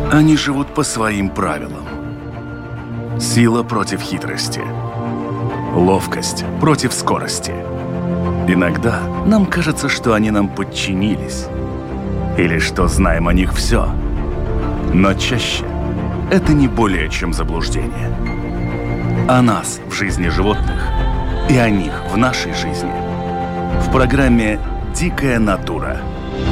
Они живут по своим правилам. Сила против хитрости. Ловкость против скорости. Иногда нам кажется, что они нам подчинились. Или что знаем о них все. Но чаще это не более чем заблуждение. О нас в жизни животных и о них в нашей жизни. В программе «Дикая натура».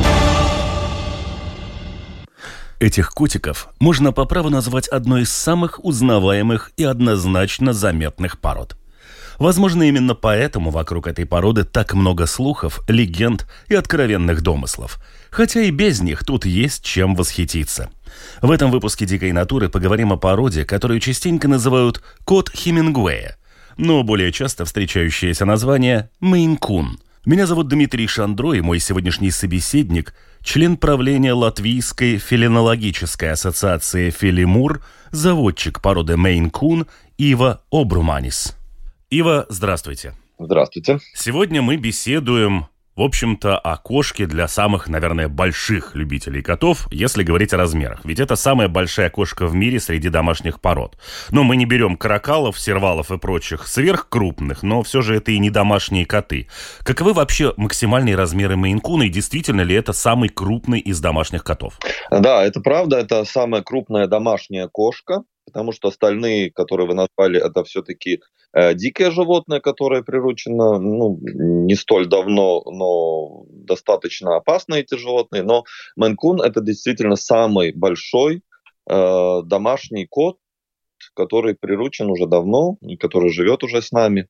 Этих котиков можно по праву назвать одной из самых узнаваемых и однозначно заметных пород. Возможно, именно поэтому вокруг этой породы так много слухов, легенд и откровенных домыслов. Хотя и без них тут есть чем восхититься. В этом выпуске «Дикой натуры» поговорим о породе, которую частенько называют «кот Хемингуэя», но более часто встречающееся название «мейн-кун». Меня зовут Дмитрий Шандро, и мой сегодняшний собеседник – член правления Латвийской фелинологической ассоциации «Фелимур», заводчик породы мейн-кун Ива Обруманис. Ива, здравствуйте. Здравствуйте. Сегодня мы беседуем, в общем-то, о кошке для самых, наверное, больших любителей котов, если говорить о размерах. Ведь это самая большая кошка в мире среди домашних пород. Но мы не берем каракалов, сервалов и прочих сверхкрупных, но все же это и не домашние коты. Каковы вообще максимальные размеры мейн-куна, и действительно ли это самый крупный из домашних котов? Да, это правда, это самая крупная домашняя кошка, потому что остальные, которые вы назвали, это все-таки дикое животное, которое приручено не столь давно, но достаточно опасные эти животные. Но мейн-кун это действительно самый большой домашний кот, который приручен уже давно, и который живет уже с нами.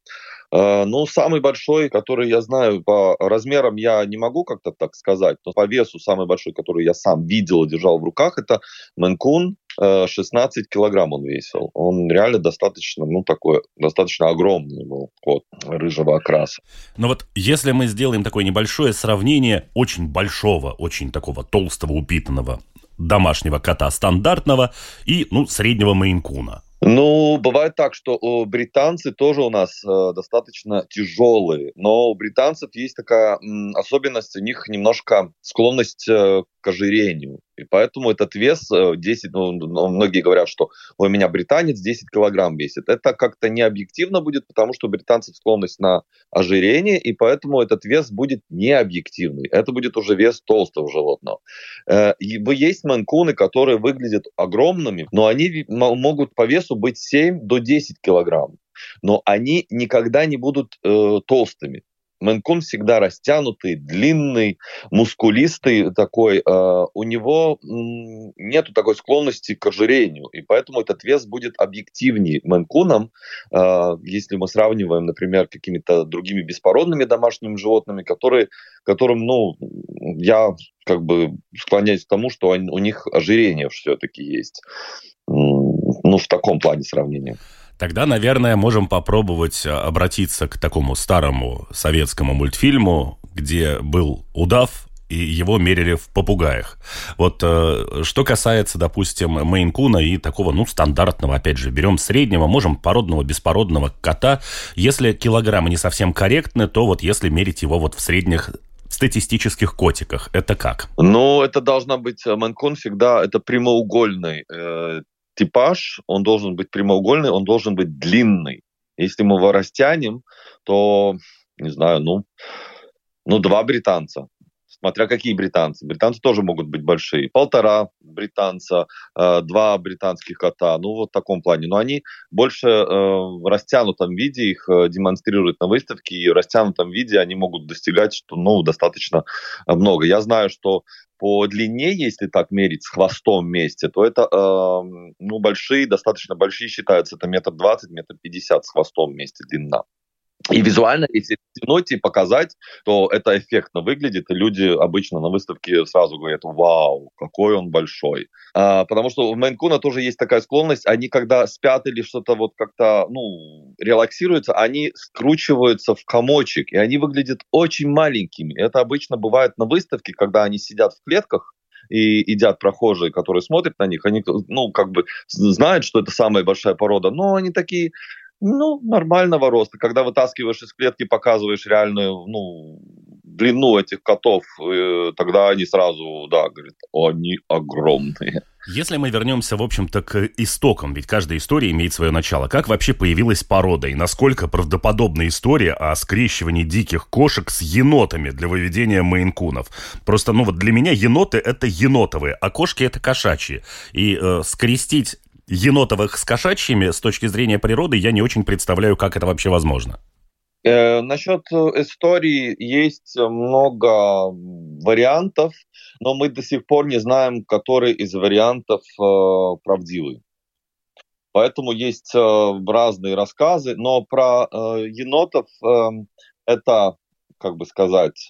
Самый большой, который я знаю, по размерам я не могу как-то так сказать, но по весу самый большой, который я сам видел и держал в руках, это мейн-кун. 16 килограмм он весил. Он реально достаточно огромный был кот рыжего окраса. Но вот если мы сделаем такое небольшое сравнение очень большого, очень такого толстого, упитанного домашнего кота стандартного и, среднего мейн-куна. Бывает так, что британцы тоже у нас достаточно тяжелые, но у британцев есть такая особенность, у них немножко склонность к ожирению. И поэтому этот вес 10, многие говорят, что у меня британец 10 килограмм весит. Это как-то не объективно будет, потому что у британцев склонность на ожирение, и поэтому этот вес будет не объективный. Это будет уже вес толстого животного. Есть мейн-куны, которые выглядят огромными, но они могут по весу быть 7 до 10 килограмм. Но они никогда не будут толстыми. Мейн-кун всегда растянутый, длинный, мускулистый такой. У него нету такой склонности к ожирению, и поэтому этот вес будет объективнее мейн-куном, если мы сравниваем, например, какими-то другими беспородными домашними животными, которым, я склоняюсь к тому, что у них ожирение все-таки есть. В таком плане сравнения. Тогда, наверное, можем попробовать обратиться к такому старому советскому мультфильму, где был удав, и его мерили в попугаях. Вот что касается, допустим, мейн-куна и такого, стандартного, опять же, берем среднего, можем породного, беспородного кота. Если килограммы не совсем корректны, то вот если мерить его в средних статистических котиках, это как? Это должна быть, мейн-кун всегда, это прямоугольный типаж, он должен быть прямоугольный, он должен быть длинный. Если мы его растянем, то, не знаю, 2 британца. Смотря какие британцы. Британцы тоже могут быть большие. 1,5 британца, 2 британских кота. В таком плане. Но они больше в растянутом виде, их демонстрируют на выставке, и в растянутом виде они могут достигать, достаточно много. Я знаю, что по длине, если так мерить с хвостом вместе, то это большие, достаточно большие считаются. Это 1,20 м, 1,50 м с хвостом вместе длина. И визуально, если в темноте показать, то это эффектно выглядит, и люди обычно на выставке сразу говорят: вау, какой он большой. Потому что у мейн-куна тоже есть такая склонность, они когда спят или что-то как-то, релаксируются, они скручиваются в комочек, и они выглядят очень маленькими. Это обычно бывает на выставке, когда они сидят в клетках, и едят прохожие, которые смотрят на них, они, знают, что это самая большая порода, но они такие, нормального роста. Когда вытаскиваешь из клетки, показываешь реальную, длину этих котов, тогда они сразу, да, говорят, они огромные. Если мы вернемся, в общем-то, к истокам, ведь каждая история имеет свое начало. Как вообще появилась порода и насколько правдоподобна история о скрещивании диких кошек с енотами для выведения мейн-кунов? Просто, вот для меня еноты — это енотовые, а кошки — это кошачьи. И скрестить енотовых с кошачьими с точки зрения природы я не очень представляю, как это вообще возможно. Насчет истории есть много вариантов, но мы до сих пор не знаем, который из вариантов правдивый. Поэтому есть разные рассказы, но про енотов это, как бы сказать,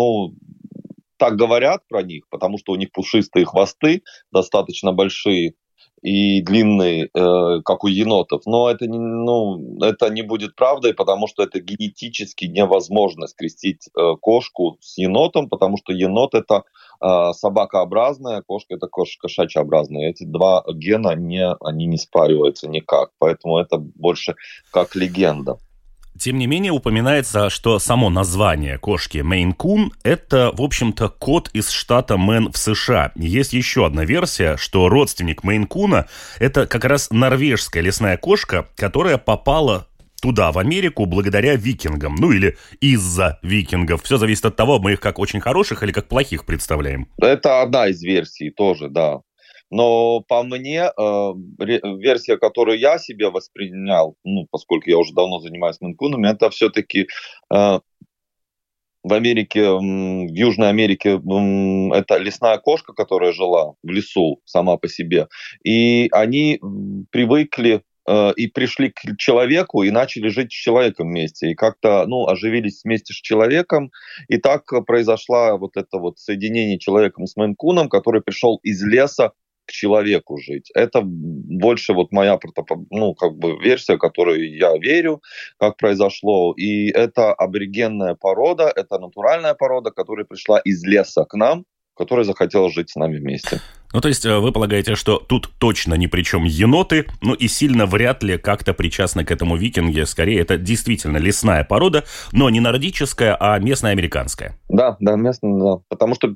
так говорят про них, потому что у них пушистые хвосты, достаточно большие и длинные, как у енотов. Но это не будет правдой, потому что это генетически невозможно скрестить кошку с енотом, потому что енот это собакообразная, кошка это кошачьеобразная. Эти два гена они не спариваются никак, поэтому это больше как легенда. Тем не менее, упоминается, что само название кошки Мейн-кун – это, в общем-то, кот из штата Мэн в США. Есть еще одна версия, что родственник Мейн-куна – это как раз норвежская лесная кошка, которая попала туда, в Америку, благодаря викингам. Или из-за викингов. Все зависит от того, мы их как очень хороших или как плохих представляем. Это одна из версий тоже, да. Но по мне, версия, которую я себе воспринял, поскольку я уже давно занимаюсь мейн-кунами, это все-таки в Америке, в Южной Америке, это лесная кошка, которая жила в лесу сама по себе. И они привыкли и пришли к человеку и начали жить с человеком вместе. И как-то, оживились вместе с человеком. И так произошло вот это вот соединение человеком с мейн-куном, который пришел из леса к человеку жить. Это больше вот моя версия, в которую я верю, как произошло. И это аборигенная порода, это натуральная порода, которая пришла из леса к нам, которая захотела жить с нами вместе. То есть вы полагаете, что тут точно ни при чем еноты, и сильно вряд ли как-то причастны к этому викинги. Скорее, это действительно лесная порода, но не нордическая, а местная американская. Да, местная, да. Потому что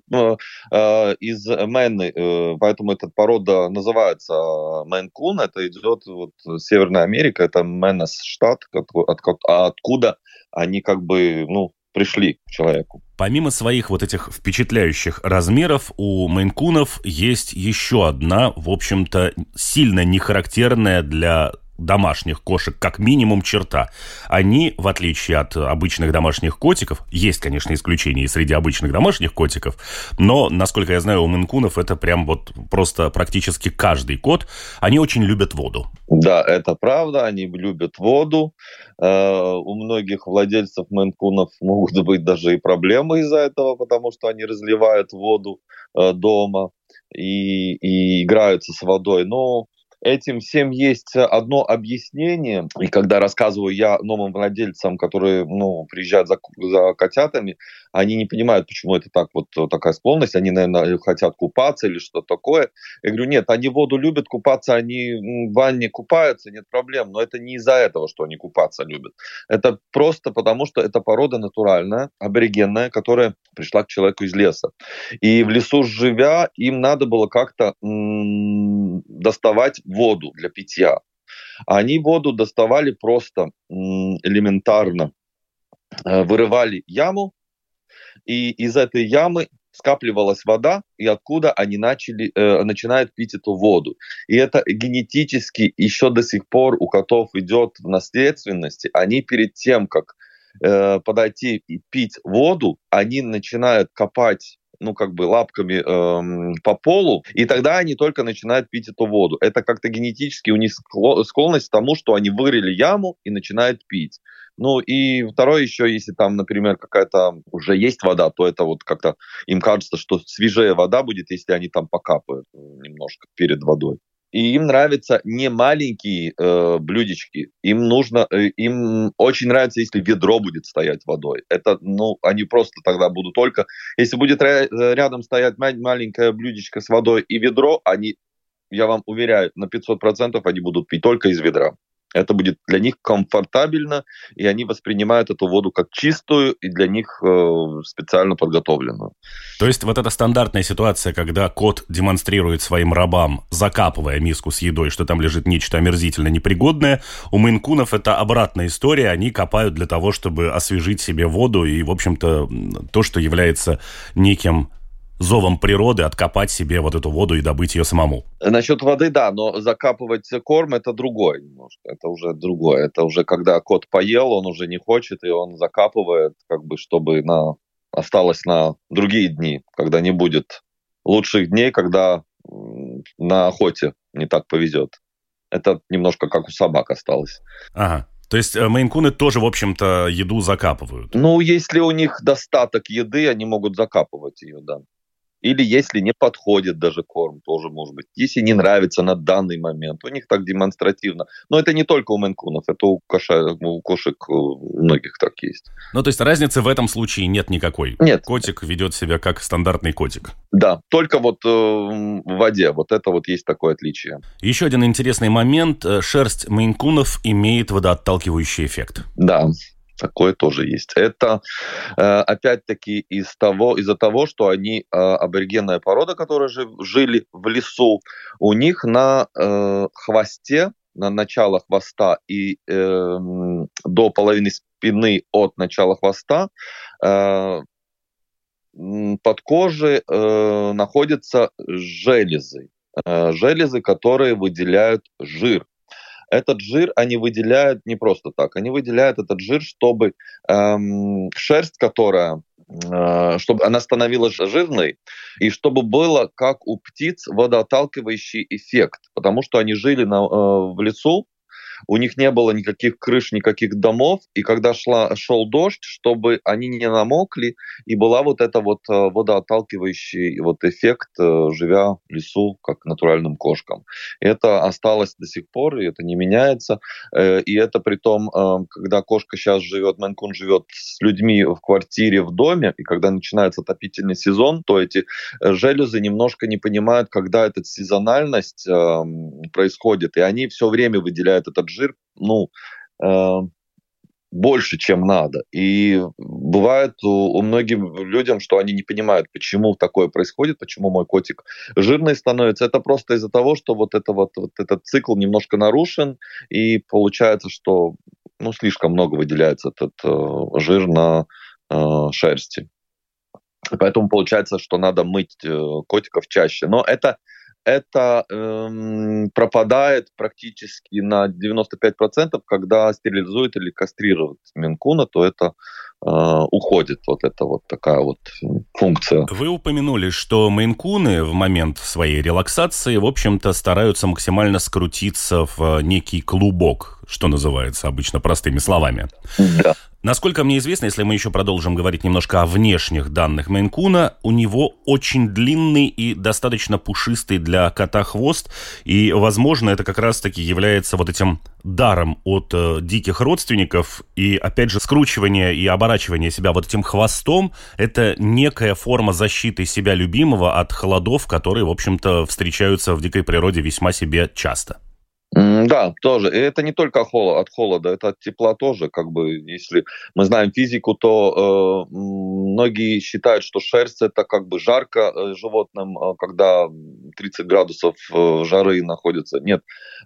из Мэны, поэтому эта порода называется Мейн-кун, это идет Северная Америка, это Мэннес штат, откуда они пришли к человеку. Помимо своих этих впечатляющих размеров, у мейн-кунов есть еще одна, в общем-то, сильно нехарактерная для домашних кошек, как минимум, черта. Они, в отличие от обычных домашних котиков, есть, конечно, исключения и среди обычных домашних котиков, но, насколько я знаю, у мейн-кунов это прям просто практически каждый кот, они очень любят воду. Да, это правда, они любят воду. У многих владельцев мейн-кунов могут быть даже и проблемы из-за этого, потому что они разливают воду дома и играются с водой. Но этим всем есть одно объяснение. И когда рассказываю я новым владельцам, которые приезжают за котятами, они не понимают, почему это такая склонность. Они, наверное, хотят купаться или что-то такое. Я говорю, нет, они воду любят, купаться они в ванне купаются, нет проблем. Но это не из-за этого, что они купаться любят. Это просто потому, что это порода натуральная, аборигенная, которая пришла к человеку из леса. И в лесу живя, им надо было как-то доставать воду для питья. Они воду доставали просто элементарно. Вырывали яму, и из этой ямы скапливалась вода, и откуда они начинают пить эту воду. И это генетически еще до сих пор у котов идет в наследственности. Они перед тем, как подойти и пить воду, они начинают копать лапками по полу, и тогда они только начинают пить эту воду. Это как-то генетически у них склонность к тому, что они вырыли яму и начинают пить. И второе еще, если там, например, какая-то уже есть вода, то это как-то им кажется, что свежая вода будет, если они там покапают немножко перед водой. И им нравятся не маленькие блюдечки. Им очень нравится, если ведро будет стоять водой. Это, они просто тогда будут только... Если будет рядом стоять маленькое блюдечко с водой и ведро, я вам уверяю, на 500% они будут пить только из ведра. Это будет для них комфортабельно, и они воспринимают эту воду как чистую и для них специально подготовленную. То есть вот эта стандартная ситуация, когда кот демонстрирует своим рабам, закапывая миску с едой, что там лежит нечто омерзительно непригодное, у мейн-кунов это обратная история, они копают для того, чтобы освежить себе воду и, в общем-то, то, что является неким зовом природы, откопать себе вот эту воду и добыть ее самому. Насчет воды, да, но закапывать корм – это другое немножко, это уже другое. Это уже когда кот поел, он уже не хочет, и он закапывает, как бы, чтобы осталось на другие дни, когда не будет лучших дней, когда на охоте не так повезет. Это немножко как у собак осталось. Ага. То есть мейн-куны тоже, в общем-то, еду закапывают? Ну, если у них достаток еды, они могут закапывать ее, да. Или если не подходит даже корм, тоже может быть. Если не нравится на данный момент, у них так демонстративно. Но это не только у мейн-кунов, это у кошек многих так есть. Ну, то есть разницы в этом случае нет никакой? Нет. Котик ведет себя как стандартный котик? Да, только вот в воде. Вот это вот есть такое отличие. Еще один интересный момент. Шерсть мейн-кунов имеет водоотталкивающий эффект. Да. Такое тоже есть. Это, опять-таки, из-за того, что они аборигенная порода, которые жили в лесу, у них на хвосте, на начало хвоста и до половины спины от начала хвоста под кожей находятся железы. Железы, которые выделяют жир. Этот жир они выделяют не просто так. Они выделяют этот жир, чтобы шерсть, чтобы она становилась жирной, и чтобы было, как у птиц, водоотталкивающий эффект. Потому что они жили в лесу, у них не было никаких крыш, никаких домов, и когда шел дождь, чтобы они не намокли, и была вот эта вот водоотталкивающий вот эффект, живя в лесу, как натуральным кошкам. Это осталось до сих пор, и это не меняется. И это при том, когда кошка сейчас живет, мейн-кун живет с людьми в квартире, в доме, и когда начинается отопительный сезон, то эти железы немножко не понимают, когда эта сезональность происходит, и они все время выделяют этот жир, больше, чем надо. И бывает у многих людям, что они не понимают, почему такое происходит, почему мой котик жирный становится. Это просто из-за того, что вот этот цикл немножко нарушен, и получается, что слишком много выделяется этот жир на шерсти. Поэтому получается, что надо мыть котиков чаще. Но это пропадает практически на 95%, когда стерилизуют или кастрируют мейн-куна, то это уходит вот эта вот такая вот функция. Вы упомянули, что мейн-куны в момент своей релаксации, в общем-то, стараются максимально скрутиться в некий клубок, что называется обычно простыми словами. Да. Насколько мне известно, если мы еще продолжим говорить немножко о внешних данных мейн-куна, у него очень длинный и достаточно пушистый для кота хвост, и, возможно, это как раз-таки является вот этим даром от диких родственников, и, опять же, скручивание и оборачивание себя вот этим хвостом – это некая форма защиты себя любимого от холодов, которые, в общем-то, встречаются в дикой природе весьма себе часто. Да, тоже. И это не только от холода, это от тепла тоже. Как бы, если мы знаем физику, то многие считают, что шерсть это как бы жарко животным, когда 30 градусов жары находится. Нет,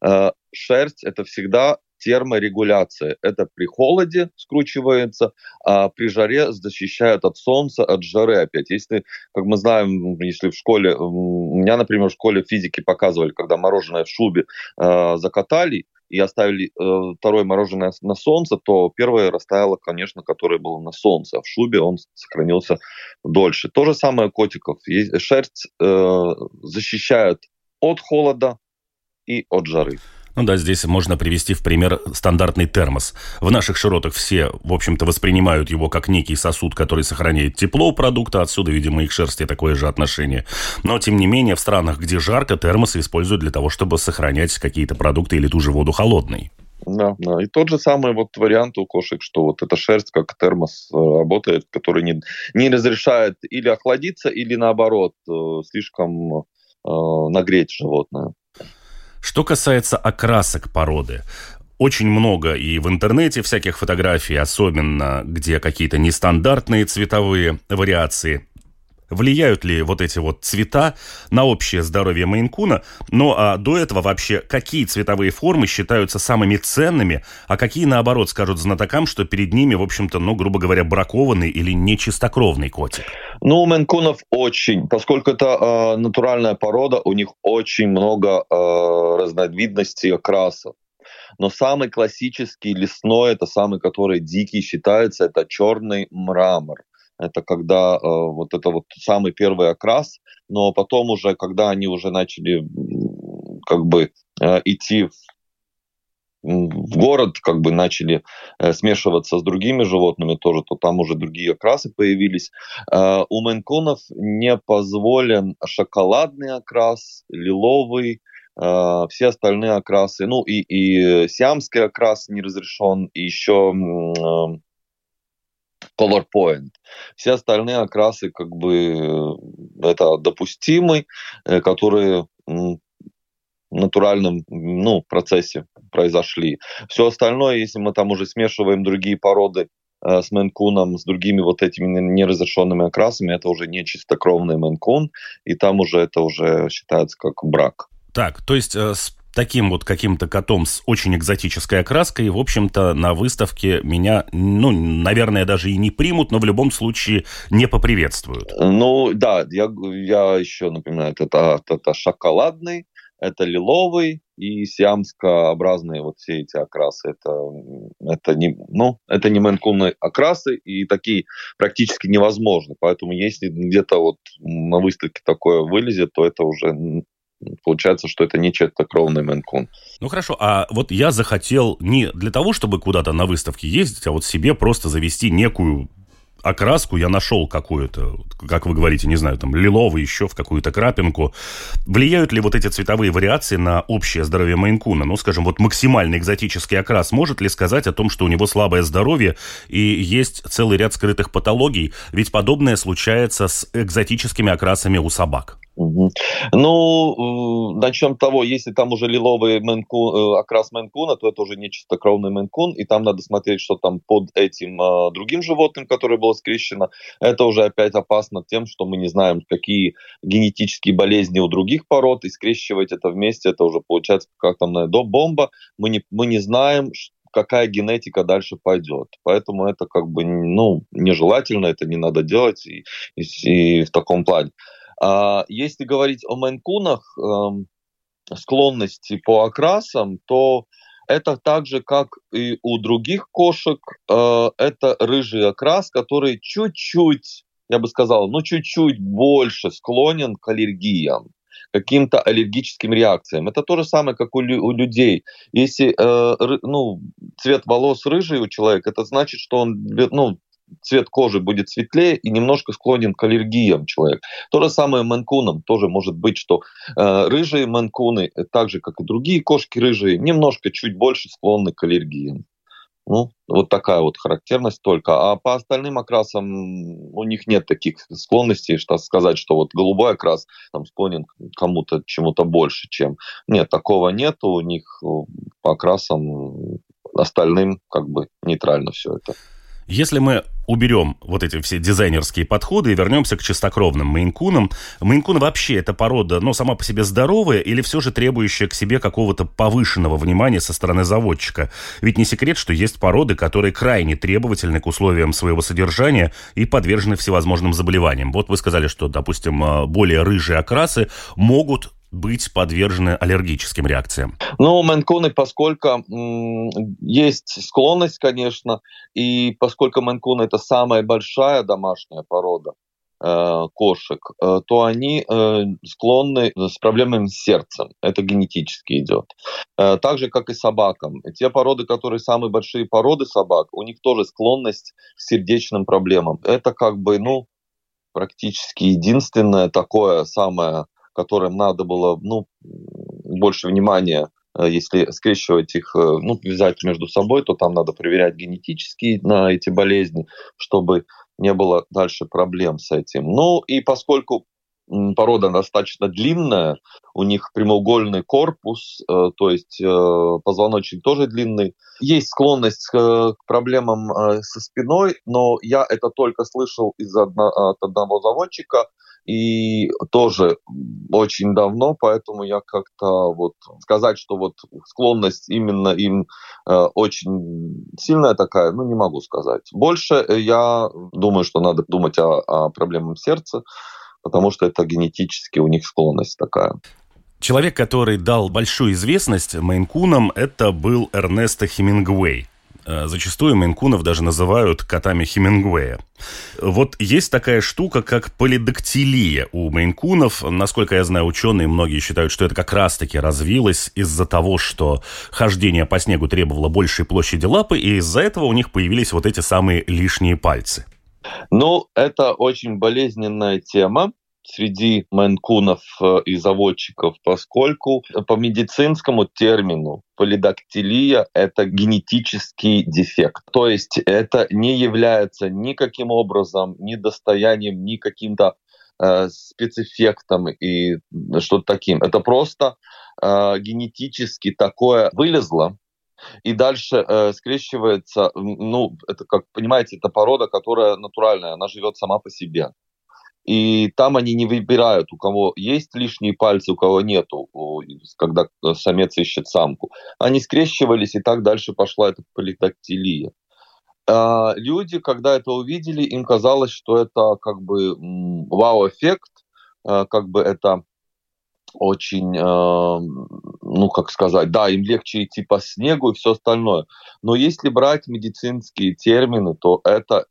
шерсть это всегда терморегуляция. Это при холоде скручивается, а при жаре защищает от солнца, от жары опять. Если, как мы знаем, если в школе, у меня, например, в школе физики показывали, когда мороженое в шубе закатали и оставили второе мороженое на солнце, то первое растаяло, конечно, которое было на солнце, а в шубе он сохранился дольше. То же самое котиков. Шерсть защищает от холода и от жары. Ну да, здесь можно привести в пример стандартный термос. В наших широтах все, в общем-то, воспринимают его как некий сосуд, который сохраняет тепло продукта, отсюда, видимо, и к шерсти такое же отношение. Но, тем не менее, в странах, где жарко, термосы используют для того, чтобы сохранять какие-то продукты или ту же воду холодной. Да. И тот же самый вот вариант у кошек, что вот эта шерсть как термос работает, который не разрешает или охладиться, или наоборот, слишком нагреть животное. Что касается окрасок породы, очень много и в интернете всяких фотографий, особенно где какие-то нестандартные цветовые вариации. Влияют ли вот эти вот цвета на общее здоровье мейн-куна? Ну а до этого вообще какие цветовые формы считаются самыми ценными, а какие, наоборот, скажут знатокам, что перед ними, в общем-то, ну, грубо говоря, бракованный или нечистокровный котик? Ну, у мейн-кунов очень, поскольку это натуральная порода, у них очень много разновидностей окрасов. Но самый классический лесной, это самый, который дикий считается, это черный мрамор. Это когда вот это вот самый первый окрас, но потом уже, когда они уже начали как бы идти в город, как бы начали смешиваться с другими животными тоже, то там уже другие окрасы появились. У мейн-кунов не позволен шоколадный окрас, лиловый, все остальные окрасы, ну и сиамский окрас не разрешен, и еще color point. Все остальные окрасы как бы это допустимы, которые в натуральном процессе произошли. Все остальное, если мы там уже смешиваем другие породы с мейн-куном, с другими вот этими неразрешенными окрасами, это уже не чистокровный мейн-кун, и там уже это уже считается как брак. Так, то есть с таким вот каким-то котом с очень экзотической окраской, в общем-то, на выставке меня, ну, наверное, даже и не примут, но в любом случае не поприветствуют. Ну, да, я еще напоминаю, это шоколадный, это лиловый и сиамскообразные вот все эти окрасы. Это не мейн-кунные окрасы, и такие практически невозможны. Поэтому если где-то вот на выставке такое вылезет, то это уже получается, что это не чистокровный мейн-кун. Ну хорошо, а вот я захотел не для того, чтобы куда-то на выставке ездить, а вот себе просто завести некую окраску, я нашел какую-то, как вы говорите, не знаю, там, лиловый, еще в какую-то крапинку. Влияют ли вот эти цветовые вариации на общее здоровье мейн-куна? Ну, скажем, вот максимально экзотический окрас может ли сказать о том, что у него слабое здоровье и есть целый ряд скрытых патологий? Ведь подобное случается с экзотическими окрасами у собак. Ну, начнем с того, если там уже лиловый окрас мейн-куна, то это уже не чистокровный мейн-кун, и там надо смотреть, что там под этим другим животным, которое было скрещено. Это уже опять опасно тем, что мы не знаем, какие генетические болезни у других пород, и скрещивать это вместе, это уже получается как там бомба. Мы не знаем, какая генетика дальше пойдет. Поэтому это как бы нежелательно, это не надо делать и в таком плане. Если говорить о мейн-кунах, склонности по окрасам, то это так же, как и у других кошек, это рыжий окрас, который чуть-чуть, я бы сказал, чуть-чуть больше склонен к аллергиям, каким-то аллергическим реакциям. Это то же самое, как у людей. Если цвет волос рыжий у человека, это значит, что он цвет кожи будет светлее и немножко склонен к аллергиям человек. То же самое мейн-куном. Тоже может быть, что рыжие мейн-куны, так же, как и другие кошки рыжие, немножко чуть больше склонны к аллергиям. Ну, вот такая вот характерность только. А по остальным окрасам у них нет таких склонностей, что сказать, что вот голубой окрас там склонен к кому-то чему-то больше, чем... Нет, такого нет. У них по окрасам остальным как бы нейтрально все это. Если мы уберем вот эти все дизайнерские подходы и вернемся к чистокровным мейн-кунам, мейн-кун вообще это порода, сама по себе здоровая или все же требующая к себе какого-то повышенного внимания со стороны заводчика? Ведь не секрет, что есть породы, которые крайне требовательны к условиям своего содержания и подвержены всевозможным заболеваниям. Вот вы сказали, что, допустим, более рыжие окрасы могут быть подвержены аллергическим реакциям? Мейн-куны, поскольку есть склонность, конечно, и поскольку мейн-кун это самая большая домашняя порода кошек, то они склонны с проблемами с сердцем. Это генетически идет. Так же, как и собакам. Те породы, которые самые большие породы собак, у них тоже склонность к сердечным проблемам. Это как бы, практически единственное такое самое, которым надо было больше внимания, если скрещивать их, взять между собой, то там надо проверять генетически на эти болезни, чтобы не было дальше проблем с этим. И поскольку порода достаточно длинная, у них прямоугольный корпус, то есть позвоночник тоже длинный. Есть склонность к проблемам со спиной, но я это только слышал от одного заводчика, и тоже очень давно, поэтому я как-то вот сказать, что вот склонность именно им очень сильная такая, ну, не могу сказать. Больше я думаю, что надо думать о проблемах сердца, потому что это генетически у них склонность такая. Человек, который дал большую известность мейн-кунам, это был Эрнесто Хемингуэй. Зачастую мейн-кунов даже называют котами Хемингуэя. Вот есть такая штука, как полидактилия у мейн-кунов. Насколько я знаю, ученые многие считают, что это как раз-таки развилось из-за того, что хождение по снегу требовало большей площади лапы, и из-за этого у них появились вот эти самые лишние пальцы. Ну, это очень болезненная тема среди мейн-кунов и заводчиков, поскольку по медицинскому термину полидактилия – это генетический дефект. То есть это не является никаким образом ни достоянием, ни каким-то спецэффектом и что-то таким. Это просто генетически такое вылезло, и дальше скрещивается, ну, это, как понимаете, это порода, которая натуральная, она живет сама по себе. И там они не выбирают, у кого есть лишние пальцы, у кого нету, когда самец ищет самку. Они скрещивались, и так дальше пошла эта полидактилия. Люди, когда это увидели, им казалось, что это как бы вау-эффект, как бы это очень, ну, как сказать, да, им легче идти по снегу и все остальное. Но если брать медицинские термины, то это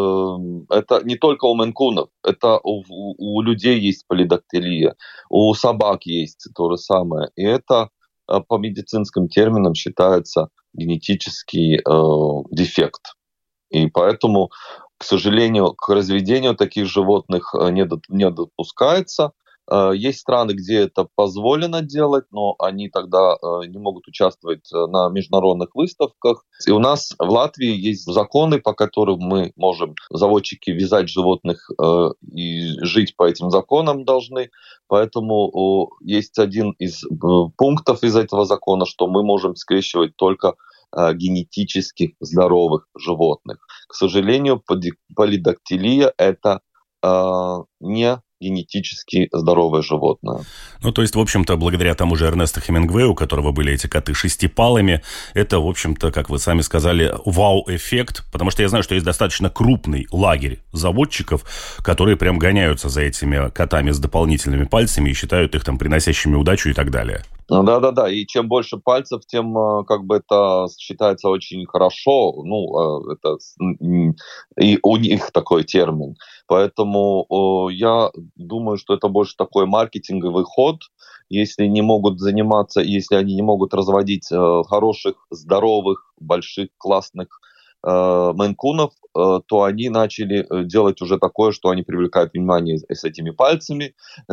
не только у мейн-кунов, это у людей есть полидактилия, у собак есть то же самое. И это по медицинским терминам считается генетический дефект. И поэтому, к сожалению, к разведению таких животных не допускается. Есть страны, где это позволено делать, но они тогда не могут участвовать на международных выставках. И у нас в Латвии есть законы, по которым мы можем, заводчики, вязать животных и жить по этим законам должны. Поэтому есть один из пунктов из этого закона, что мы можем скрещивать только генетически здоровых животных. К сожалению, полидактилия – это не генетически здоровое животное. Ну, то есть, в общем-то, благодаря тому же Эрнесту Хемингуэю, у которого были эти коты шестипалыми, это, в общем-то, как вы сами сказали, вау-эффект, потому что я знаю, что есть достаточно крупный лагерь заводчиков, которые прям гоняются за этими котами с дополнительными пальцами и считают их там приносящими удачу и так далее. Да-да-да, и чем больше пальцев, тем как бы это считается очень хорошо, ну, это и у них такой термин. Поэтому я думаю, что это больше такой маркетинговый ход. Если не могут заниматься, если они не могут разводить хороших, здоровых, больших, классных мейн-кунов, то они начали делать уже такое, что они привлекают внимание с этими пальцами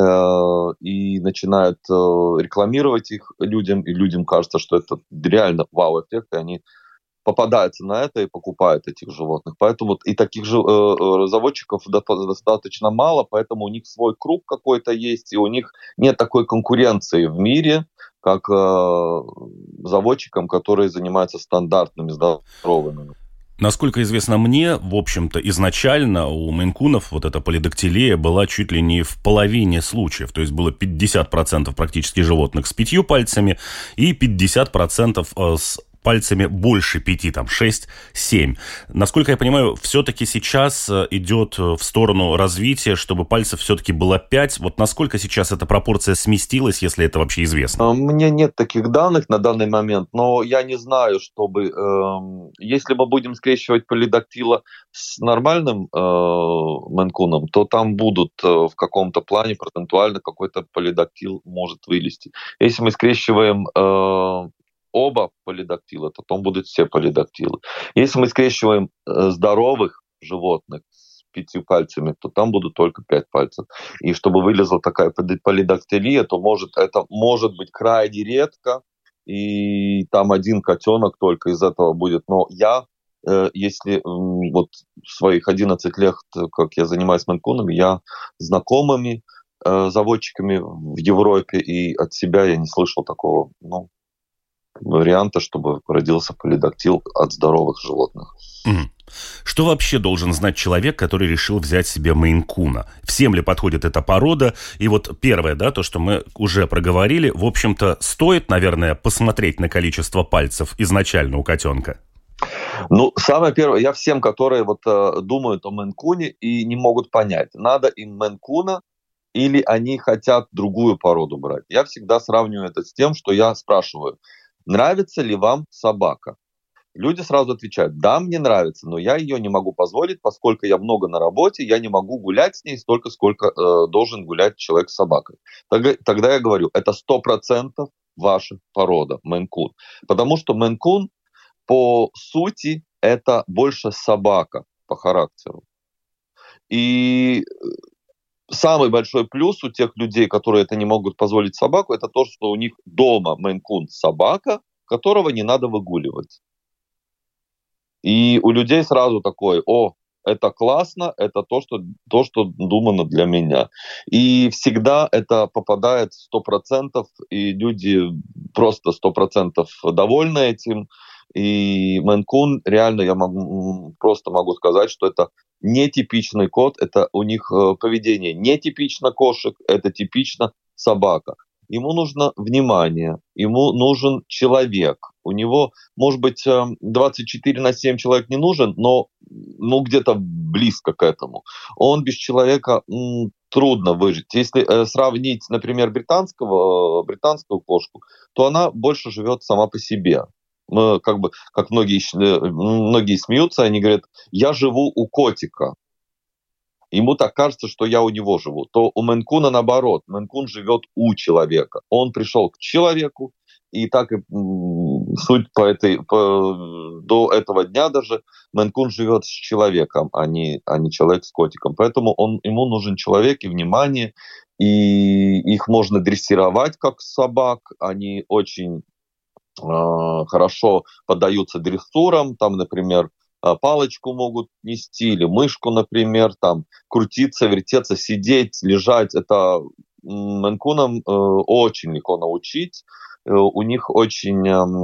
и начинают рекламировать их людям, и людям кажется, что это реально вау-эффект, и они попадаются на это и покупают этих животных. Поэтому и таких же заводчиков достаточно мало, поэтому у них свой круг какой-то есть, и у них нет такой конкуренции в мире, как заводчикам, которые занимаются стандартными здоровыми. Насколько известно мне, в общем-то, изначально у мейн-кунов вот эта полидактилия была чуть ли не в половине случаев. То есть было 50% практически животных с 5 пальцами и 50% с пальцами больше 5, там 6, 7. Насколько я понимаю, все-таки сейчас идет в сторону развития, чтобы пальцев все-таки было 5. Вот насколько сейчас эта пропорция сместилась, если это вообще известно? Мне нет таких данных на данный момент, но я не знаю, чтобы... если мы будем скрещивать полидактила с нормальным мейн-куном, то там будут в каком-то плане процентуально какой-то полидактил может вылезти. Если мы скрещиваем оба полидактила, то там будут все полидактилы. Если мы скрещиваем здоровых животных с 5 пальцами, то там будут только 5 пальцев. И чтобы вылезла такая полидактилия, то это может быть крайне редко, и там один котенок только из этого будет. Но я, если вот в своих 11 лет, как я занимаюсь мейн-кунами, я знакомыми заводчиками в Европе, и от себя я не слышал такого, варианта, чтобы родился полидактил от здоровых животных. Что вообще должен знать человек, который решил взять себе мейн-куна? Всем ли подходит эта порода? И вот первое, да, то, что мы уже проговорили, в общем-то, стоит, наверное, посмотреть на количество пальцев изначально у котенка. Самое первое, я всем, которые думают о мейн-куне и не могут понять, надо им мейн-куна или они хотят другую породу брать. Я всегда сравниваю это с тем, что я спрашиваю, нравится ли вам собака? Люди сразу отвечают, да, мне нравится, но я ее не могу позволить, поскольку я много на работе, я не могу гулять с ней столько, сколько должен гулять человек с собакой. Тогда я говорю, это 100% ваша порода, мейн-кун. Потому что мейн-кун по сути это больше собака по характеру. И самый большой плюс у тех людей, которые это не могут позволить собаку, это то, что у них дома мейн-кун собака, которого не надо выгуливать. И у людей сразу такое, это классно, это то, что думано для меня. И всегда это попадает 100%, и люди просто 100% довольны этим. И мейн-кун, реально, просто могу сказать, что это нетипичный кот, это у них поведение нетипично кошек, это типично собака. Ему нужно внимание, ему нужен человек. У него, может быть, 24/7 человек не нужен, но где-то близко к этому. Он без человека трудно выжить. Если сравнить, например, британскую кошку, то она больше живет сама по себе. Как многие смеются, они говорят, я живу у котика. Ему так кажется, что я у него живу. То у мейн-куна наоборот. Мейн-кун живет у человека. Он пришел к человеку, и так и суть до этого дня даже мейн-кун живет с человеком, а не человек с котиком. Поэтому ему нужен человек и внимание, и их можно дрессировать как собак. Они очень хорошо поддаются дрессурам. Там, например, палочку могут нести, или мышку, например, там крутиться, вертеться, сидеть, лежать. Это мейн-кунам очень легко научить. У них очень,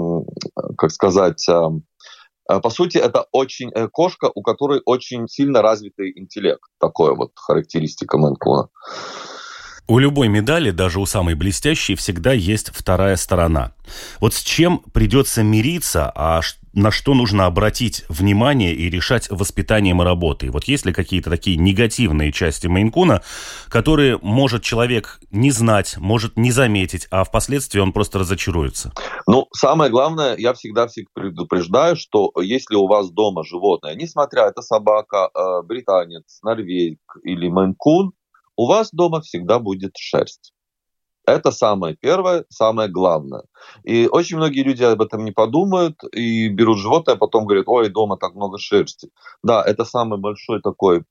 по сути, это очень кошка, у которой очень сильно развитый интеллект. Такое вот характеристика мейн-куна. У любой медали, даже у самой блестящей, всегда есть вторая сторона. Вот с чем придется мириться, а на что нужно обратить внимание и решать воспитанием и работой? Вот есть ли какие-то такие негативные части мейн-куна, которые может человек не знать, может не заметить, а впоследствии он просто разочаруется? Самое главное, я всегда всех предупреждаю, что если у вас дома животное, несмотря это собака, британец, норвег или мейн-кун, у вас дома всегда будет шерсть. Это самое первое, самое главное. И очень многие люди об этом не подумают и берут животное, а потом говорят, ой, дома так много шерсти. Да, это самый большой такой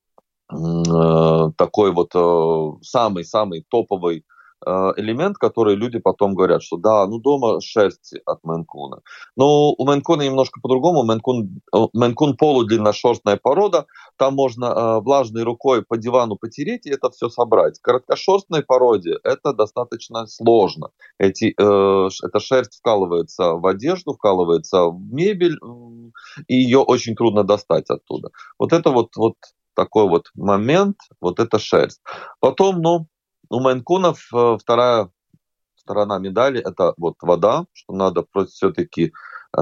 самый-самый топовый элемент, который люди потом говорят, что да, дома шерсть от мейн-куна. Но у мейн-куна немножко по-другому. Мейн-кун полудлинношерстная порода, там можно влажной рукой по дивану потереть и это все собрать. В короткошерстной породе это достаточно сложно. Эта шерсть вкалывается в одежду, вкалывается в мебель, и ее очень трудно достать оттуда. Вот это вот такой вот момент, вот эта шерсть. Потом, у мейн-кунов вторая сторона медали – это вот вода, что надо все-таки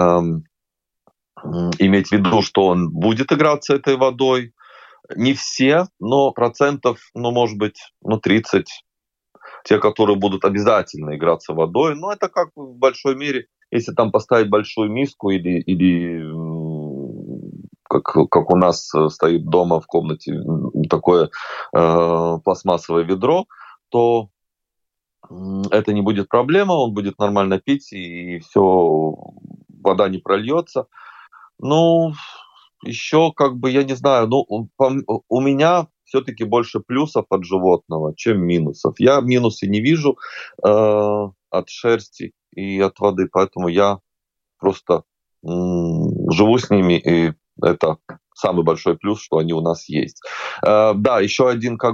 иметь в виду, что он будет играться этой водой. Не все, но процентов, может быть, 30. Те, которые будут обязательно играться водой. Это как в большой мире, если там поставить большую миску или как у нас стоит дома в комнате такое пластмассовое ведро, то это не будет проблема, он будет нормально пить, и все, вода не прольется. Еще я не знаю, у меня все-таки больше плюсов от животного, чем минусов. Я минусы не вижу от шерсти и от воды, поэтому я просто живу с ними, и это самый большой плюс, что они у нас есть. Да, еще один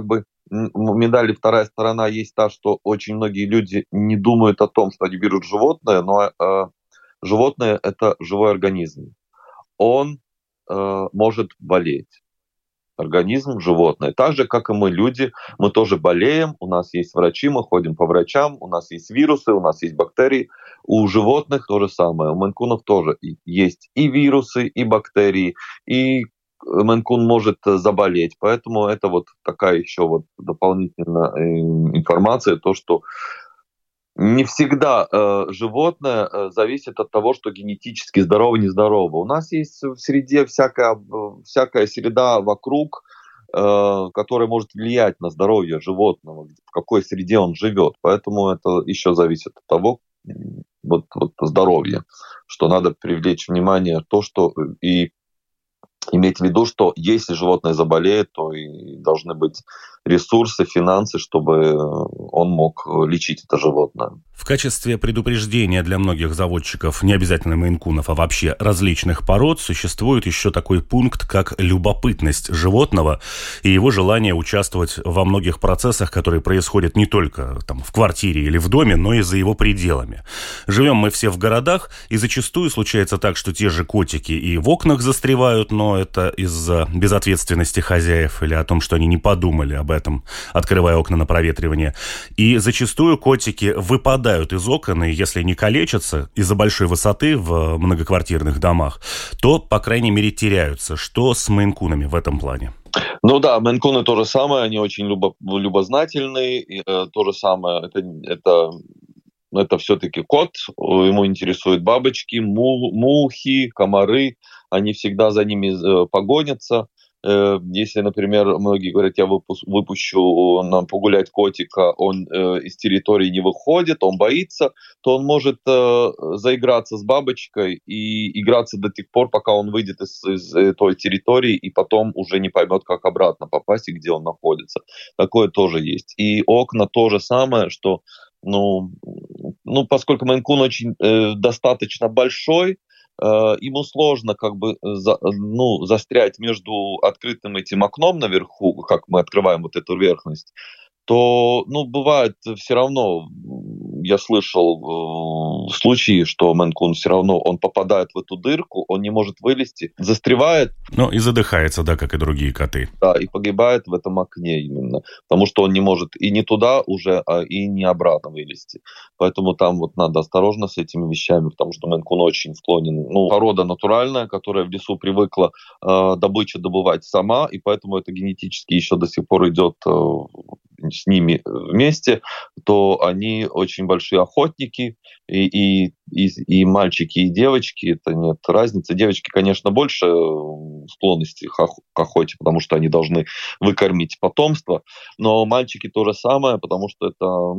медали вторая сторона есть та, что очень многие люди не думают о том, что они берут животное, но животное – это живой организм. Он может болеть. Организм животное. Так же, как и мы, люди, мы тоже болеем, у нас есть врачи, мы ходим по врачам, у нас есть вирусы, у нас есть бактерии. У животных то же самое, у мейн-кунов тоже есть и вирусы, и бактерии, и мейн-кун может заболеть. Поэтому это вот такая еще вот дополнительная информация, то, что не всегда животное зависит от того, что генетически здорово-нездорово. У нас есть в среде всякая среда вокруг, которая может влиять на здоровье животного, в какой среде он живет. Поэтому это еще зависит от того, вот здоровья, что надо привлечь внимание то, что и иметь в виду, что если животное заболеет, то и должны быть ресурсы, финансы, чтобы он мог лечить это животное. В качестве предупреждения для многих заводчиков, не обязательно мейн-кунов, а вообще различных пород, существует еще такой пункт, как любопытность животного и его желание участвовать во многих процессах, которые происходят не только там, в квартире или в доме, но и за его пределами. Живем мы все в городах, и зачастую случается так, что те же котики и в окнах застревают, но это из-за безответственности хозяев или о том, что они не подумали об этом, открывая окна на проветривание. И зачастую котики выпадают из окон, и если не калечатся из-за большой высоты в многоквартирных домах, то, по крайней мере, теряются. Что с мейн-кунами в этом плане? Ну да, мейн-куны то же самое, они очень любознательные, и, то же самое, это все-таки кот, ему интересуют бабочки, мухи, комары, они всегда за ними погонятся. Если, например, многие говорят, я выпущу нам погулять котика, он из территории не выходит, он боится, то он может заиграться с бабочкой и играться до тех пор, пока он выйдет из той территории и потом уже не поймет, как обратно попасть и где он находится. Такое тоже есть. И окна то же самое, что поскольку мейн-кун очень достаточно большой, ему сложно застрять между открытым этим окном наверху, как мы открываем вот эту верхность, то, бывает все равно, я слышал случаи, что мейн-кун все равно, он попадает в эту дырку, он не может вылезти, застревает. Ну, и задыхается, да, как и другие коты. Да, и погибает в этом окне именно, потому что он не может и не туда уже, и не обратно вылезти. Поэтому там вот надо осторожно с этими вещами, потому что мейн-кун очень склонен. Порода натуральная, которая в лесу привыкла добычу добывать сама, и поэтому это генетически еще до сих пор идет с ними вместе, то они очень большие охотники, и мальчики, и девочки, это нет разницы. Девочки, конечно, больше склонности к охоте, потому что они должны выкормить потомство, но мальчики то же самое, потому что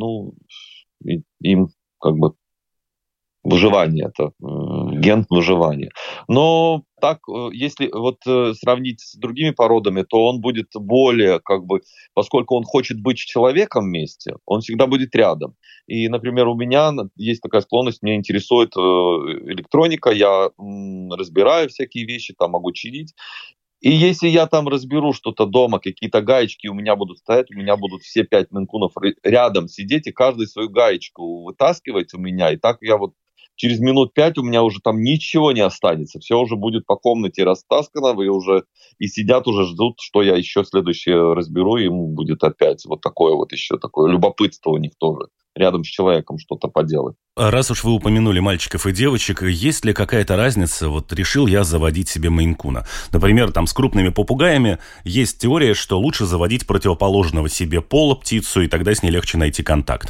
это, им как бы выживание, это ген выживания. Но так, если сравнить с другими породами, то он будет более, поскольку он хочет быть с человеком вместе, он всегда будет рядом. И, например, у меня есть такая склонность, меня интересует электроника, я разбираю всякие вещи, там могу чинить. И если я там разберу что-то дома, какие-то гаечки у меня будут стоять, у меня будут все 5 мейн-кунов рядом сидеть, и каждый свою гаечку вытаскивать у меня, и так я через минут 5 у меня уже там ничего не останется. Все уже будет по комнате растаскано, и сидят уже ждут, что я еще следующее разберу, и ему будет опять вот такое любопытство у них тоже. Рядом с человеком что-то поделать. Раз уж вы упомянули мальчиков и девочек, есть ли какая-то разница? Вот решил я заводить себе мейн-куна. Например, там с крупными попугаями есть теория, что лучше заводить противоположного себе пола птицу, и тогда с ней легче найти контакт.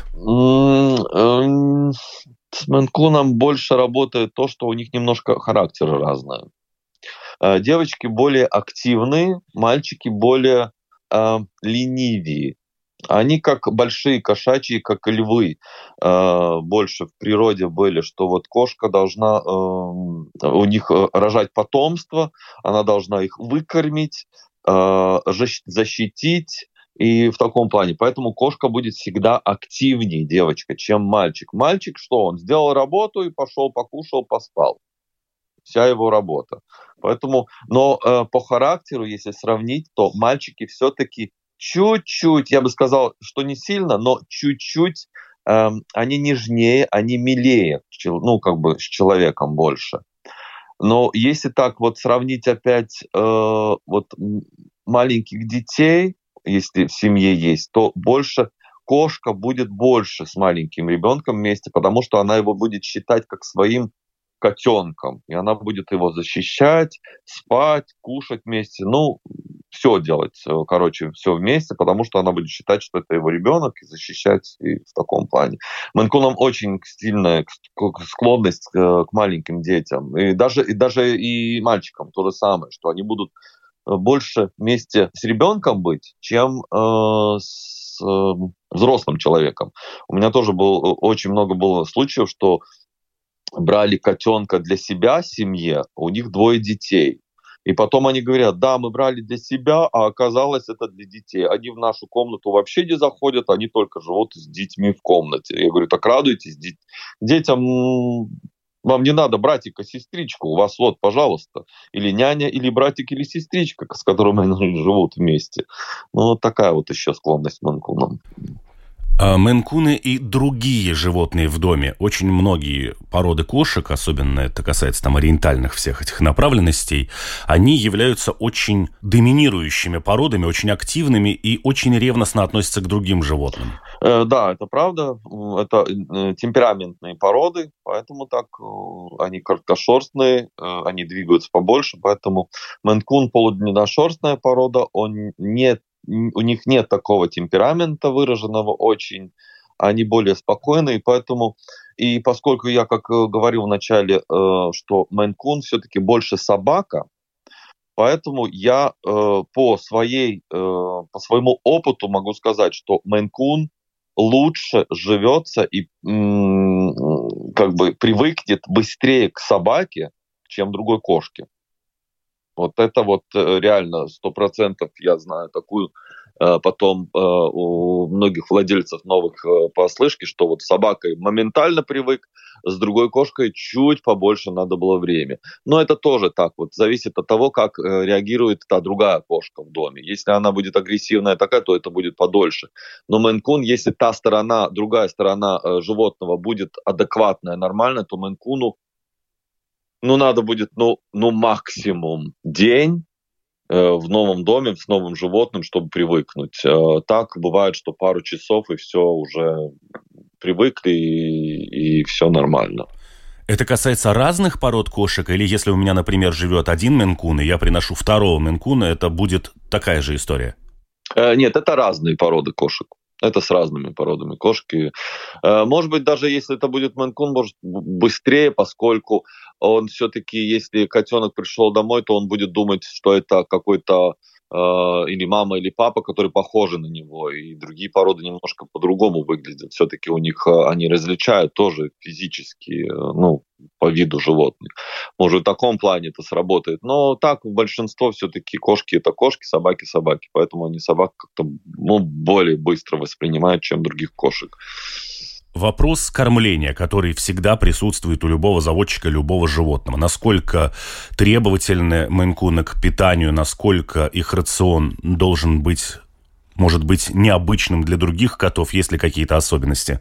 С мейн-куном больше работает то, что у них немножко характеры разные. Девочки более активные, мальчики более ленивее. Они как большие кошачьи, как и львы, больше в природе были, что вот кошка должна у них рожать потомство, она должна их выкормить, защитить, и в таком плане. Поэтому кошка будет всегда активнее, девочка, чем мальчик. Мальчик что? Он сделал работу и пошел, покушал, поспал. Вся его работа. Поэтому, но по характеру, если сравнить, то мальчики все-таки чуть-чуть, я бы сказал, что не сильно, но чуть-чуть они нежнее, они милее, ну, как бы с человеком больше. Но если так вот сравнить опять маленьких детей, если в семье есть, то больше кошка будет больше с маленьким ребенком вместе, потому что она его будет считать как своим котенком, и она будет его защищать, спать, кушать вместе, ну, все делать, короче, все вместе, потому что она будет считать, что это его ребенок, и защищать и в таком плане. Мейн-кунам очень сильная склонность к маленьким детям, и даже и мальчикам то же самое, что они будут больше вместе с ребенком быть, чем с взрослым человеком. У меня тоже очень много было случаев, что брали котенка для себя в семье, у них 2 детей. И потом они говорят, да, мы брали для себя, а оказалось это для детей. Они в нашу комнату вообще не заходят, они только живут с детьми в комнате. Я говорю, так радуйтесь, детям вам не надо братика, сестричку, у вас вот, пожалуйста, или няня, или братик, или сестричка, с которыми они живут вместе. Ну, вот такая вот еще склонность к мейн-кунам. Мейн-куны и другие животные в доме. Очень многие породы кошек, особенно это касается там ориентальных всех этих направленностей, они являются очень доминирующими породами, очень активными и очень ревностно относятся к другим животным. Да, это правда. Это темпераментные породы, поэтому так они короткошерстные, они двигаются побольше, поэтому мейн-кун полудлинношерстная порода, у них нет такого темперамента выраженного очень, они более спокойные, поэтому, и поскольку я, как говорил в начале, что мейн-кун все-таки больше собака, поэтому я по своему опыту могу сказать, что мейн-кун лучше живется и как бы привыкнет быстрее к собаке, чем другой кошке. Вот это вот реально 100% я знаю такую потом у многих владельцев новых послышки, что вот с собакой моментально привык, с другой кошкой чуть побольше надо было время. Но это тоже так вот, зависит от того, как реагирует та другая кошка в доме. Если она будет агрессивная такая, то это будет подольше. Но мейн-кун, если та сторона, другая сторона животного будет адекватная, нормальная, то мейн-куну надо будет, максимум день в новом доме с новым животным, чтобы привыкнуть. Так бывает, что пару часов, и все, уже привыкли, и все нормально. Это касается разных пород кошек? Или если у меня, например, живет один мейн-кун, и я приношу второго мейн-куна, это будет такая же история? Нет, это разные породы кошек. Это с разными породами кошки. Может быть, даже если это будет мейн-кун, может быстрее, поскольку он все-таки, если котенок пришел домой, то он будет думать, что это какой-то или мама, или папа, которые похожи на него. И другие породы немножко по-другому выглядят. Все-таки у них они различают тоже физически, по виду животных. Может, в таком плане это сработает. Но так, большинство все-таки кошки это кошки, собаки собаки. Поэтому они собак как-то более быстро воспринимают, чем других кошек. Вопрос кормления, который всегда присутствует у любого заводчика, любого животного. Насколько требовательны мейн-куны к питанию, насколько их рацион должен быть, может быть, необычным для других котов, есть ли какие-то особенности?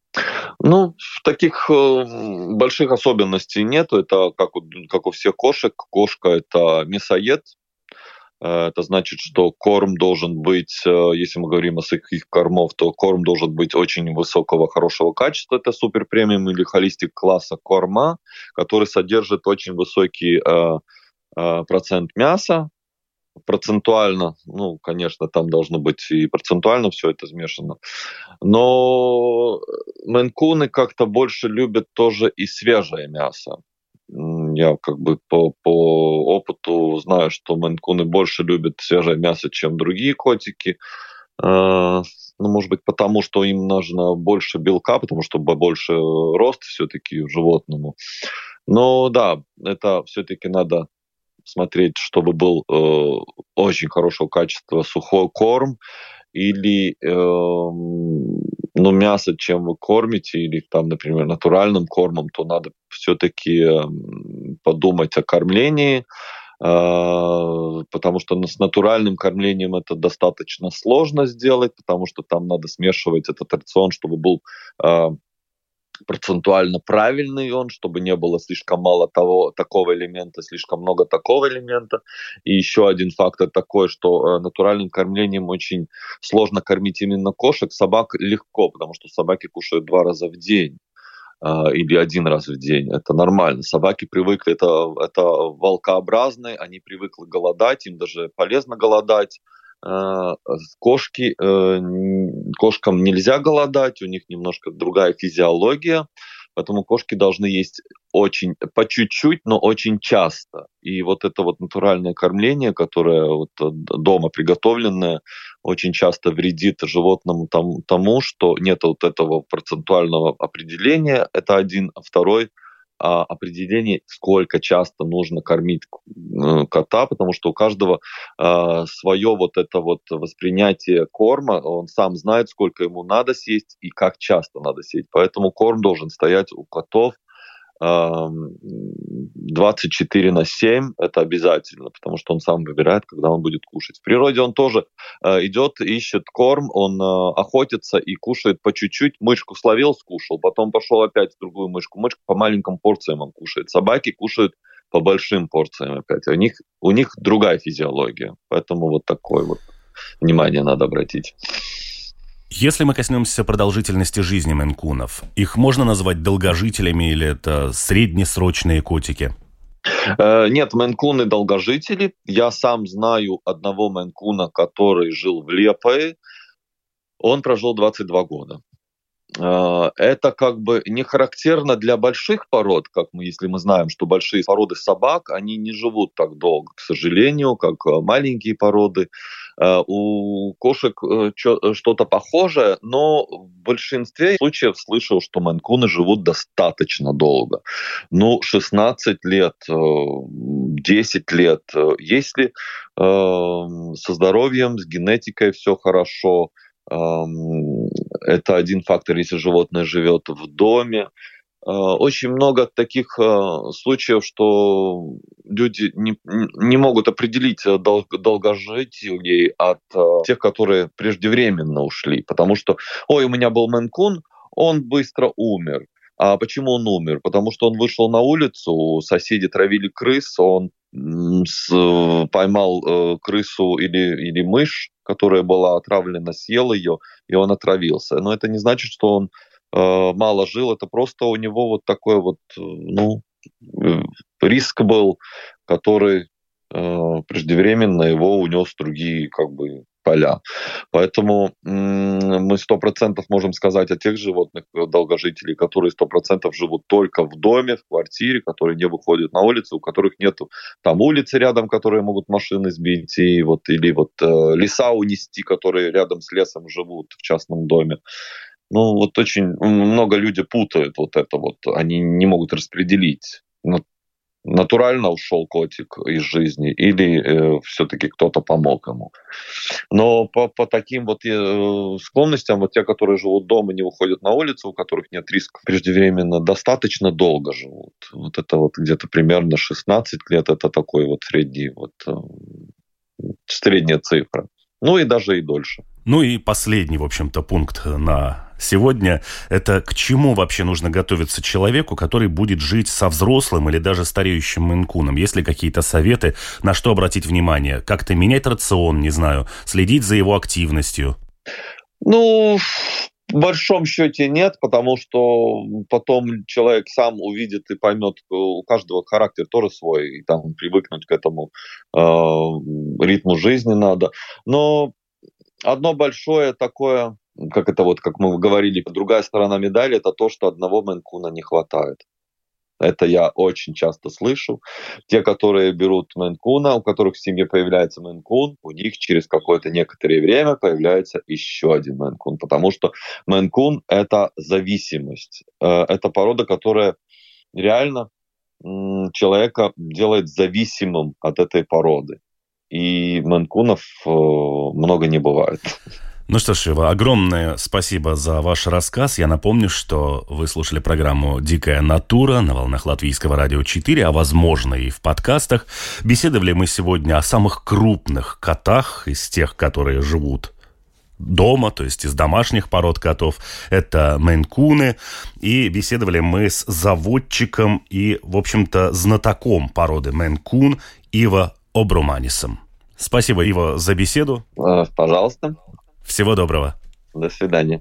Таких больших особенностей нету. Это как у всех кошек. Кошка – это мясоед. Это значит, что корм должен быть, если мы говорим о сухих кормов, то корм должен быть очень высокого, хорошего качества. Это супер премиум или холистик класса корма, который содержит очень высокий процент мяса. Процентуально, конечно, там должно быть и процентуально все это смешано. Но мейн-куны как-то больше любят тоже и свежее мясо. Я как бы по опыту знаю, что мейн-куны больше любят свежее мясо, чем другие котики. Может быть, потому что им нужно больше белка, потому что больше рост все-таки животному. Но да, это все-таки надо смотреть, чтобы был очень хорошего качества сухой корм или мясо, чем вы кормите, или там, например, натуральным кормом, то надо все-таки подумать о кормлении. потому что с натуральным кормлением это достаточно сложно сделать, потому что там надо смешивать этот рацион, чтобы был процентуально правильный он, чтобы не было слишком мало такого элемента, слишком много такого элемента. И еще один фактор такой, что натуральным кормлением очень сложно кормить именно кошек. Собак легко, потому что собаки кушают 2 раза в день или 1 раз в день. Это нормально. Собаки привыкли, это волкообразные, они привыкли голодать, им даже полезно голодать. Кошкам нельзя голодать, у них немножко другая физиология, поэтому кошки должны есть очень, по чуть-чуть, но очень часто. И вот это вот натуральное кормление, которое вот дома приготовленное, очень часто вредит животному тому, что нет вот этого процентуального определения, это один, а второй определение, сколько часто нужно кормить кота, потому что у каждого свое вот это вот воспринятие корма, он сам знает, сколько ему надо съесть и как часто надо съесть. Поэтому корм должен стоять у котов 24/7, это обязательно, потому что он сам выбирает, когда он будет кушать. В природе он тоже идет, ищет корм, он охотится и кушает по чуть-чуть. Мышку словил, скушал, потом пошел опять в другую мышку. Мышка по маленьким порциям он кушает. Собаки кушают по большим порциям опять. У них другая физиология, поэтому вот такое вот внимание надо обратить. Если мы коснемся продолжительности жизни мейн-кунов, их можно назвать долгожителями или это среднесрочные котики? Нет, мейн-куны долгожители. Я сам знаю одного мейн-куна, который жил в Лепое. Он прожил 22 года. Это как бы не характерно для больших пород, если мы знаем, что большие породы собак, они не живут так долго, к сожалению, как маленькие породы. У кошек что-то похожее, но в большинстве случаев слышал, что мейн-куны живут достаточно долго. 16 лет, 10 лет. Если со здоровьем, с генетикой все хорошо, это один фактор, если животное живет в доме. Очень много таких случаев, что люди не могут определить долгожителей от тех, которые преждевременно ушли. Потому что, у меня был мейн-кун, он быстро умер. А почему он умер? Потому что он вышел на улицу, соседи травили крыс, он поймал крысу или мышь, которая была отравлена, съел ее, и он отравился. Но это не значит, что он мало жил, это просто у него вот такой вот, риск был, который преждевременно его унес в другие поля. Поэтому мы 100% можем сказать о тех животных долгожителей, которые 100% живут только в доме, в квартире, которые не выходят на улицу, у которых нет там улицы рядом, которые могут машины сбить, или леса унести, которые рядом с лесом живут в частном доме. Очень много людей путают вот это вот. Они не могут распределить. Натурально ушел котик из жизни или все-таки кто-то помог ему. Но по таким вот склонностям, вот те, которые живут дома, не выходят на улицу, у которых нет риска преждевременно, достаточно долго живут. Вот это вот где-то примерно 16 лет, это такой вот средняя цифра. И даже и дольше. И последний, в общем-то, пункт на сегодня – это к чему вообще нужно готовиться человеку, который будет жить со взрослым или даже стареющим мейн-куном? Есть ли какие-то советы, на что обратить внимание? Как-то менять рацион, не знаю, следить за его активностью? В большом счете нет, потому что потом человек сам увидит и поймет, у каждого характер тоже свой, и там привыкнуть к этому ритму жизни надо. Но одно большое такое, как мы говорили, другая сторона медали, это то, что одного мейн-куна не хватает. Это я очень часто слышу. Те, которые берут мейн-куна, у которых в семье появляется мейн-кун, у них через какое-то некоторое время появляется еще один мейн-кун, потому что мейн-кун – это зависимость. Это порода, которая реально человека делает зависимым от этой породы. И мейн-кунов много не бывает. Ну что ж, Ива, огромное спасибо за ваш рассказ. Я напомню, что вы слушали программу «Дикая натура» на волнах Латвийского радио 4, а возможно и в подкастах. Беседовали мы сегодня о самых крупных котах из тех, которые живут дома, то есть из домашних пород котов. Это мейн-куны. И беседовали мы с заводчиком и, в общем-то, знатоком породы мейн-кун Иво Обруманисом. Спасибо, Иво, за беседу. Пожалуйста. Всего доброго. До свидания.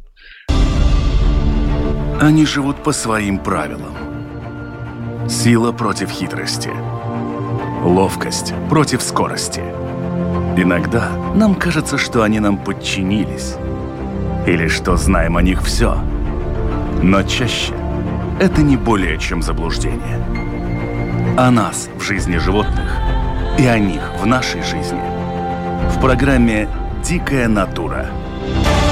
Они живут по своим правилам. Сила против хитрости. Ловкость против скорости. Иногда нам кажется, что они нам подчинились. Или что знаем о них все. Но чаще это не более чем заблуждение. О нас в жизни животных и о них в нашей жизни. В программе «Дикая натура».